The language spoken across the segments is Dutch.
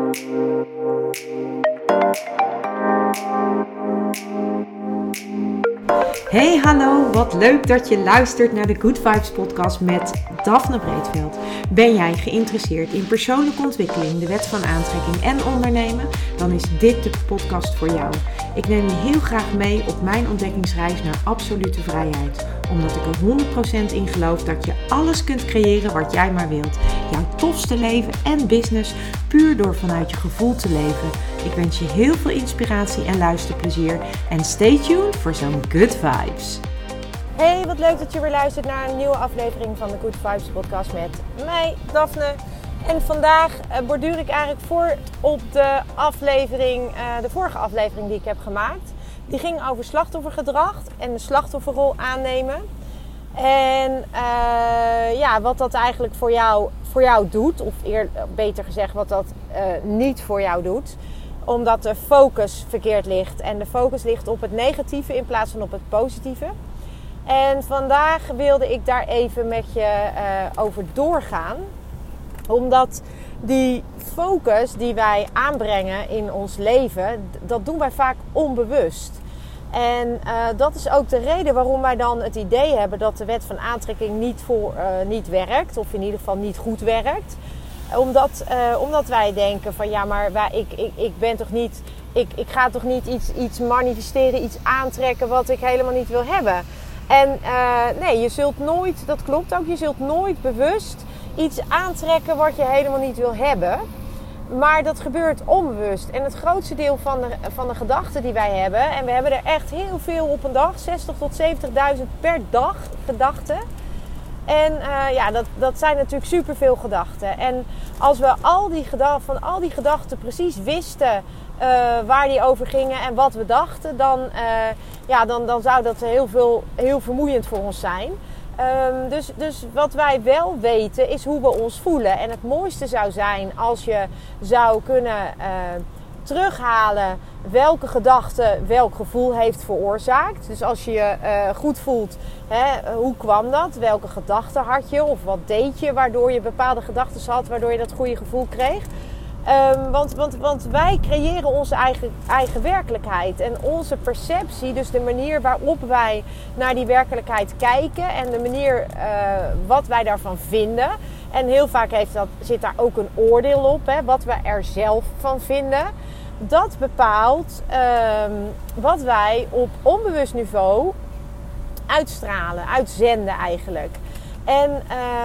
Hey, hallo, wat leuk dat je luistert naar de Good Vibes podcast met Daphne Breedveld. Ben jij geïnteresseerd in persoonlijke ontwikkeling, de wet van aantrekking en ondernemen? Dan is dit de podcast voor jou. Ik neem je heel graag mee op mijn ontdekkingsreis naar absolute vrijheid. Omdat ik er 100% in geloof dat je alles kunt creëren wat jij maar wilt. Jouw tofste leven en business puur door vanuit je gevoel te leven. Ik wens je heel veel inspiratie en luisterplezier. En stay tuned voor zo'n Good Vibes. Hey, wat leuk dat je weer luistert naar een nieuwe aflevering van de Good Vibes podcast met mij, Daphne. En vandaag borduur ik eigenlijk voort op de vorige aflevering die ik heb gemaakt. Die ging over slachtoffergedrag en de slachtofferrol aannemen. En wat dat eigenlijk voor jou doet, of beter gezegd wat dat niet voor jou doet. Omdat de focus verkeerd ligt. En de focus ligt op het negatieve in plaats van op het positieve. En vandaag wilde ik daar even met je over doorgaan. Omdat die focus die wij aanbrengen in ons leven, dat doen wij vaak onbewust. En dat is ook de reden waarom wij dan het idee hebben dat de wet van aantrekking niet werkt. Of in ieder geval niet goed werkt. Omdat wij denken van ja, maar ik ben toch niet... Ik ga toch niet iets manifesteren, iets aantrekken wat ik helemaal niet wil hebben. En nee, je zult nooit, dat klopt ook, je zult nooit bewust iets aantrekken wat je helemaal niet wil hebben. Maar dat gebeurt onbewust. En het grootste deel van de gedachten die wij hebben, en we hebben er echt heel veel op een dag, 60.000 tot 70.000 per dag gedachten. En dat zijn natuurlijk superveel gedachten. En als we van al die gedachten precies wisten waar die over gingen en wat we dachten, dan zou dat heel vermoeiend voor ons zijn. Dus wat wij wel weten is hoe we ons voelen. En het mooiste zou zijn als je zou kunnen terughalen welke gedachte welk gevoel heeft veroorzaakt. Dus als je je goed voelt, hoe kwam dat? Welke gedachten had je? Of wat deed je waardoor je bepaalde gedachten had, waardoor je dat goede gevoel kreeg? Want wij creëren onze eigen werkelijkheid. En onze perceptie, dus de manier waarop wij naar die werkelijkheid kijken en de manier wat wij daarvan vinden. En heel vaak zit daar ook een oordeel op, wat we er zelf van vinden. Dat bepaalt wat wij op onbewust niveau uitstralen, uitzenden eigenlijk. En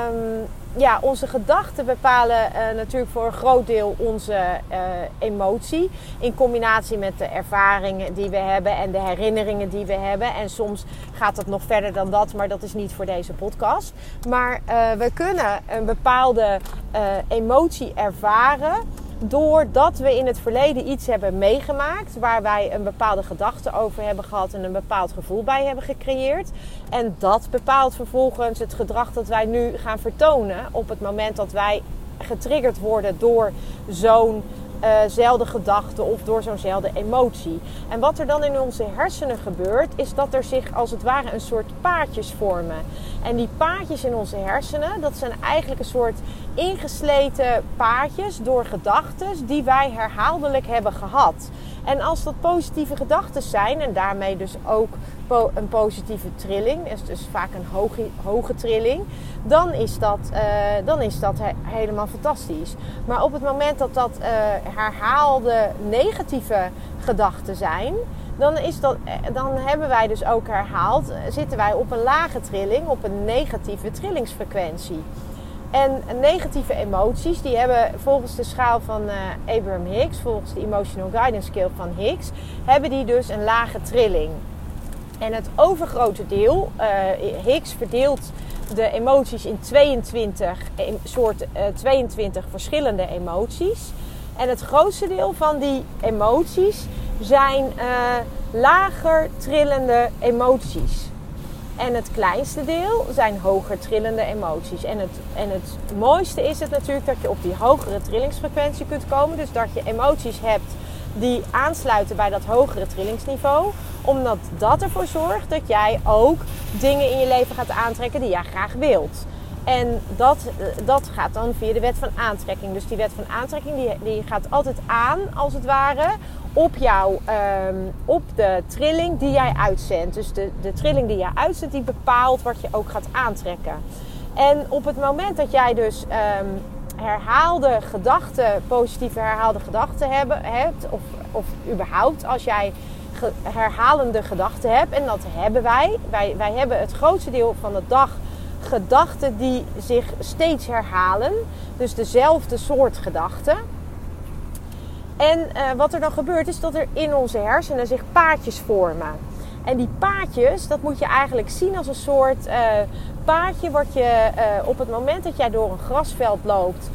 onze gedachten bepalen natuurlijk voor een groot deel onze emotie. In combinatie met de ervaringen die we hebben en de herinneringen die we hebben. En soms gaat het nog verder dan dat, maar dat is niet voor deze podcast. Maar we kunnen een bepaalde emotie ervaren doordat we in het verleden iets hebben meegemaakt waar wij een bepaalde gedachte over hebben gehad en een bepaald gevoel bij hebben gecreëerd. En dat bepaalt vervolgens het gedrag dat wij nu gaan vertonen op het moment dat wij getriggerd worden door zo'nzelfde gedachte of door zo'nzelfde emotie. En wat er dan in onze hersenen gebeurt, is dat er zich als het ware een soort paadjes vormen. En die paadjes in onze hersenen, dat zijn eigenlijk een soort ingesleten paadjes door gedachten die wij herhaaldelijk hebben gehad. En als dat positieve gedachten zijn en daarmee dus ook een positieve trilling, is dus vaak een hoge trilling, dan is dat helemaal fantastisch. Maar op het moment dat herhaalde negatieve gedachten zijn, dan hebben wij dus ook herhaald, zitten wij op een lage trilling, op een negatieve trillingsfrequentie. En negatieve emoties, die hebben volgens de schaal van Abraham Hicks, volgens de Emotional Guidance Scale van Hicks, hebben die dus een lage trilling. En het overgrote deel, Hicks verdeelt de emoties in 22 verschillende emoties. En het grootste deel van die emoties zijn lager trillende emoties. En het kleinste deel zijn hoger trillende emoties. En het mooiste is het natuurlijk dat je op die hogere trillingsfrequentie kunt komen. Dus dat je emoties hebt die aansluiten bij dat hogere trillingsniveau. Omdat dat ervoor zorgt dat jij ook dingen in je leven gaat aantrekken die jij graag wilt. En dat gaat dan via de wet van aantrekking. Dus die wet van aantrekking die gaat altijd aan, als het ware, op de trilling die jij uitzendt. Dus de trilling die jij uitzendt, die bepaalt wat je ook gaat aantrekken. En op het moment dat jij dus positieve herhaalde gedachten hebt, of überhaupt als jij herhalende gedachten hebt, en dat hebben wij hebben het grootste deel van de dag gedachten die zich steeds herhalen. Dus dezelfde soort gedachten. En wat er dan gebeurt is dat er in onze hersenen zich paadjes vormen. En die paadjes, dat moet je eigenlijk zien als een soort paadje wat je op het moment dat jij door een grasveld loopt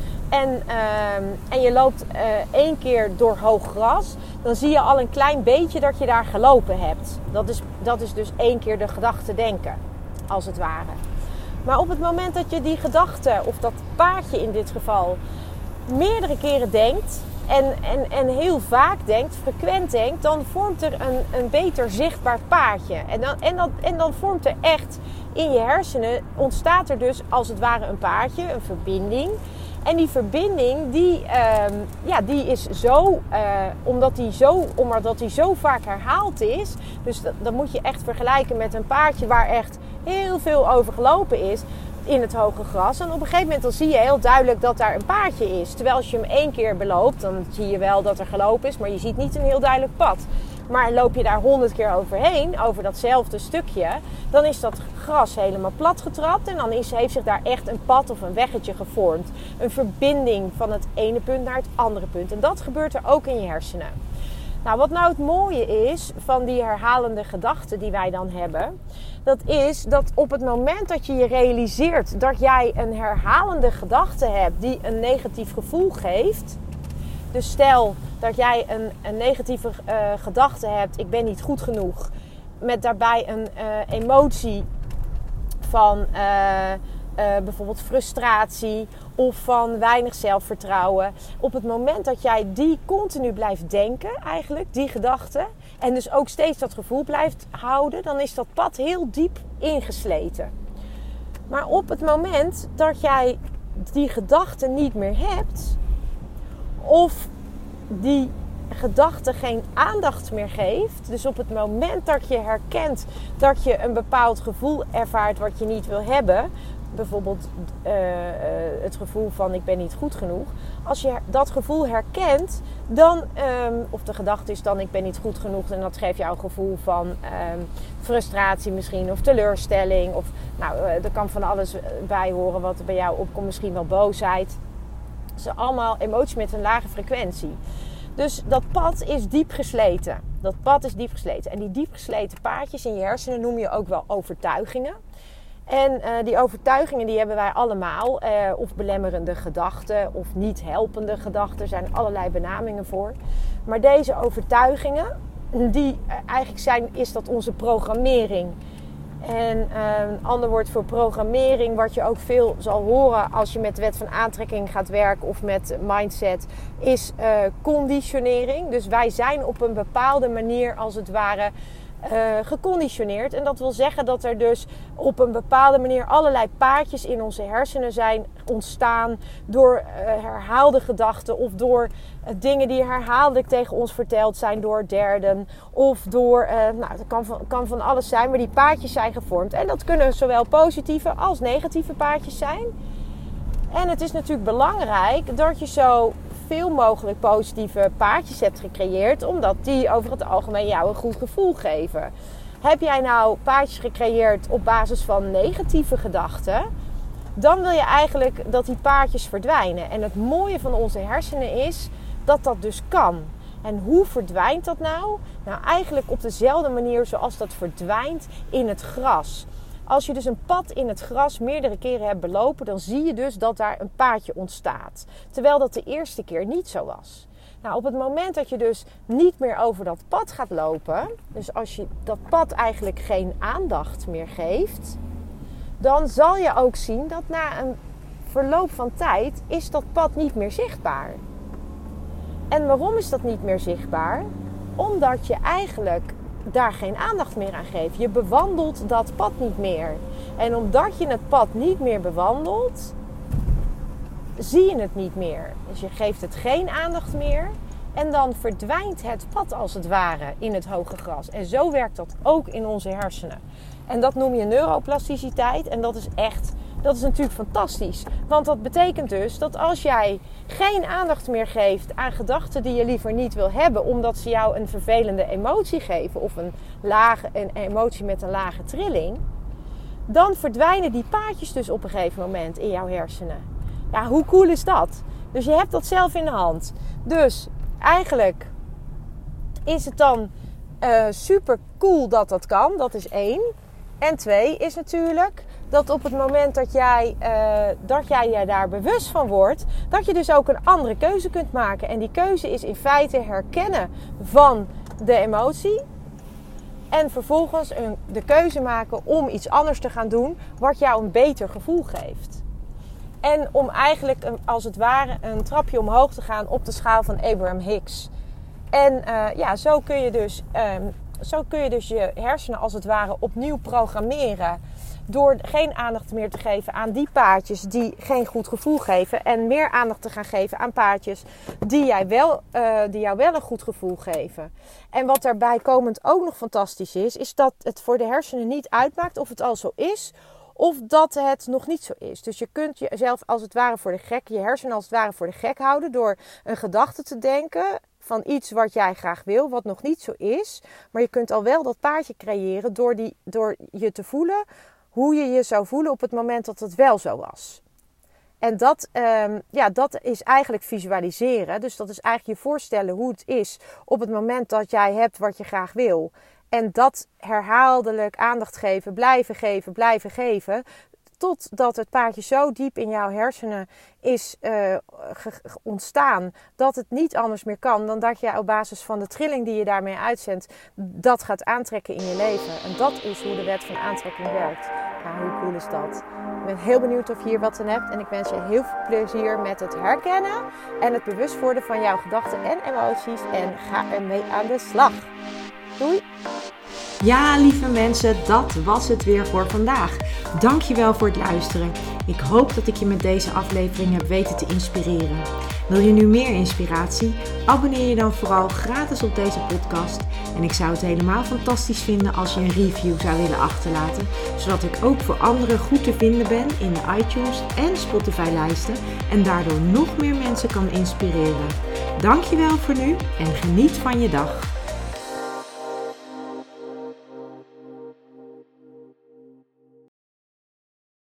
en je loopt 1 keer door hoog gras, dan zie je al een klein beetje dat je daar gelopen hebt. Dat is dus 1 keer de gedachte denken, als het ware. Maar op het moment dat je die gedachte, of dat paadje in dit geval, meerdere keren denkt en heel vaak denkt, frequent denkt, dan vormt er een beter zichtbaar paadje. En dan vormt er echt in je hersenen, ontstaat er dus als het ware een paadje, een verbinding. En die verbinding, die is zo, omdat die zo vaak herhaald is. Dus dat moet je echt vergelijken met een paadje waar echt heel veel over gelopen is in het hoge gras. En op een gegeven moment dan zie je heel duidelijk dat daar een paadje is. Terwijl als je hem 1 keer beloopt, dan zie je wel dat er gelopen is, maar je ziet niet een heel duidelijk pad. Maar loop je daar 100 keer overheen, over datzelfde stukje, dan is dat gras helemaal plat getrapt. En dan heeft zich daar echt een pad of een weggetje gevormd. Een verbinding van het ene punt naar het andere punt. En dat gebeurt er ook in je hersenen. Nou, wat nou het mooie is van die herhalende gedachten die wij dan hebben, dat is dat op het moment dat je realiseert dat jij een herhalende gedachte hebt die een negatief gevoel geeft. Dus stel dat jij een negatieve gedachte hebt, ik ben niet goed genoeg, met daarbij een emotie van bijvoorbeeld frustratie of van weinig zelfvertrouwen. Op het moment dat jij die continu blijft denken, eigenlijk, die gedachte, en dus ook steeds dat gevoel blijft houden, dan is dat pad heel diep ingesleten. Maar op het moment dat jij die gedachte niet meer hebt, of die gedachte geen aandacht meer geeft, dus op het moment dat je herkent dat je een bepaald gevoel ervaart wat je niet wil hebben, bijvoorbeeld het gevoel van ik ben niet goed genoeg, als je dat gevoel herkent, dan, of de gedachte is dan ik ben niet goed genoeg, en dat geeft jou een gevoel van frustratie misschien, of teleurstelling, of er kan van alles bij horen wat er bij jou opkomt, misschien wel boosheid. Dat zijn allemaal emoties met een lage frequentie. Dus dat pad is diep gesleten. En die diep gesleten paadjes in je hersenen noem je ook wel overtuigingen. En die overtuigingen die hebben wij allemaal. Of belemmerende gedachten of niet helpende gedachten. Er zijn allerlei benamingen voor. Maar deze overtuigingen, is dat onze programmering. En een ander woord voor programmering, wat je ook veel zal horen als je met de wet van aantrekking gaat werken of met mindset, is conditionering. Dus wij zijn op een bepaalde manier als het ware geconditioneerd. En dat wil zeggen dat er dus op een bepaalde manier allerlei paadjes in onze hersenen zijn ontstaan door herhaalde gedachten of door dingen die herhaaldelijk tegen ons verteld zijn door derden of door, dat kan van alles zijn, maar die paadjes zijn gevormd. En dat kunnen zowel positieve als negatieve paadjes zijn. En het is natuurlijk belangrijk dat je zo veel mogelijk positieve paadjes hebt gecreëerd, omdat die over het algemeen jou een goed gevoel geven. Heb jij nou paadjes gecreëerd op basis van negatieve gedachten, dan wil je eigenlijk dat die paadjes verdwijnen. En het mooie van onze hersenen is dat dat dus kan. En hoe verdwijnt dat nou? Nou, eigenlijk op dezelfde manier zoals dat verdwijnt in het gras. Als je dus een pad in het gras meerdere keren hebt belopen, dan zie je dus dat daar een paadje ontstaat. Terwijl dat de eerste keer niet zo was. Nou, op het moment dat je dus niet meer over dat pad gaat lopen, dus als je dat pad eigenlijk geen aandacht meer geeft, dan zal je ook zien dat na een verloop van tijd is dat pad niet meer zichtbaar. En waarom is dat niet meer zichtbaar? Omdat je eigenlijk daar geen aandacht meer aan geeft. Je bewandelt dat pad niet meer. En omdat je het pad niet meer bewandelt, zie je het niet meer. Dus je geeft het geen aandacht meer. En dan verdwijnt het pad als het ware in het hoge gras. En zo werkt dat ook in onze hersenen. En dat noem je neuroplasticiteit. En dat is natuurlijk fantastisch. Want dat betekent dus dat als jij geen aandacht meer geeft aan gedachten die je liever niet wil hebben, omdat ze jou een vervelende emotie geven of een emotie met een lage trilling, dan verdwijnen die paadjes dus op een gegeven moment in jouw hersenen. Ja, hoe cool is dat? Dus je hebt dat zelf in de hand. Dus eigenlijk is het dan super cool dat kan. Dat is 1. En 2 is natuurlijk dat op het moment dat jij je daar bewust van wordt, dat je dus ook een andere keuze kunt maken. En die keuze is in feite herkennen van de emotie. En vervolgens de keuze maken om iets anders te gaan doen wat jou een beter gevoel geeft. En om eigenlijk als het ware een trapje omhoog te gaan op de schaal van Abraham Hicks. En zo kun je dus je hersenen als het ware opnieuw programmeren. Door geen aandacht meer te geven aan die paadjes die geen goed gevoel geven. En meer aandacht te gaan geven aan paadjes die jou wel een goed gevoel geven. En wat daarbij komend ook nog fantastisch is dat het voor de hersenen niet uitmaakt of het al zo is of dat het nog niet zo is. Dus je kunt jezelf als het ware je hersenen als het ware voor de gek houden door een gedachte te denken van iets wat jij graag wil, wat nog niet zo is. Maar je kunt al wel dat paadje creëren door je te voelen hoe je je zou voelen op het moment dat het wel zo was. En dat is eigenlijk visualiseren. Dus dat is eigenlijk je voorstellen hoe het is op het moment dat jij hebt wat je graag wil. En dat herhaaldelijk aandacht geven, blijven geven. Totdat het paadje zo diep in jouw hersenen is ontstaan dat het niet anders meer kan dan dat je op basis van de trilling die je daarmee uitzendt, dat gaat aantrekken in je leven. En dat is hoe de wet van aantrekking werkt. Nou, hoe cool is dat? Ik ben heel benieuwd of je hier wat aan hebt. En ik wens je heel veel plezier met het herkennen en het bewust worden van jouw gedachten en emoties. En ga ermee aan de slag. Doei! Ja, lieve mensen, dat was het weer voor vandaag. Dankjewel voor het luisteren. Ik hoop dat ik je met deze aflevering heb weten te inspireren. Wil je nu meer inspiratie? Abonneer je dan vooral gratis op deze podcast. En ik zou het helemaal fantastisch vinden als je een review zou willen achterlaten, zodat ik ook voor anderen goed te vinden ben in de iTunes en Spotify lijsten en daardoor nog meer mensen kan inspireren. Dankjewel voor nu en geniet van je dag.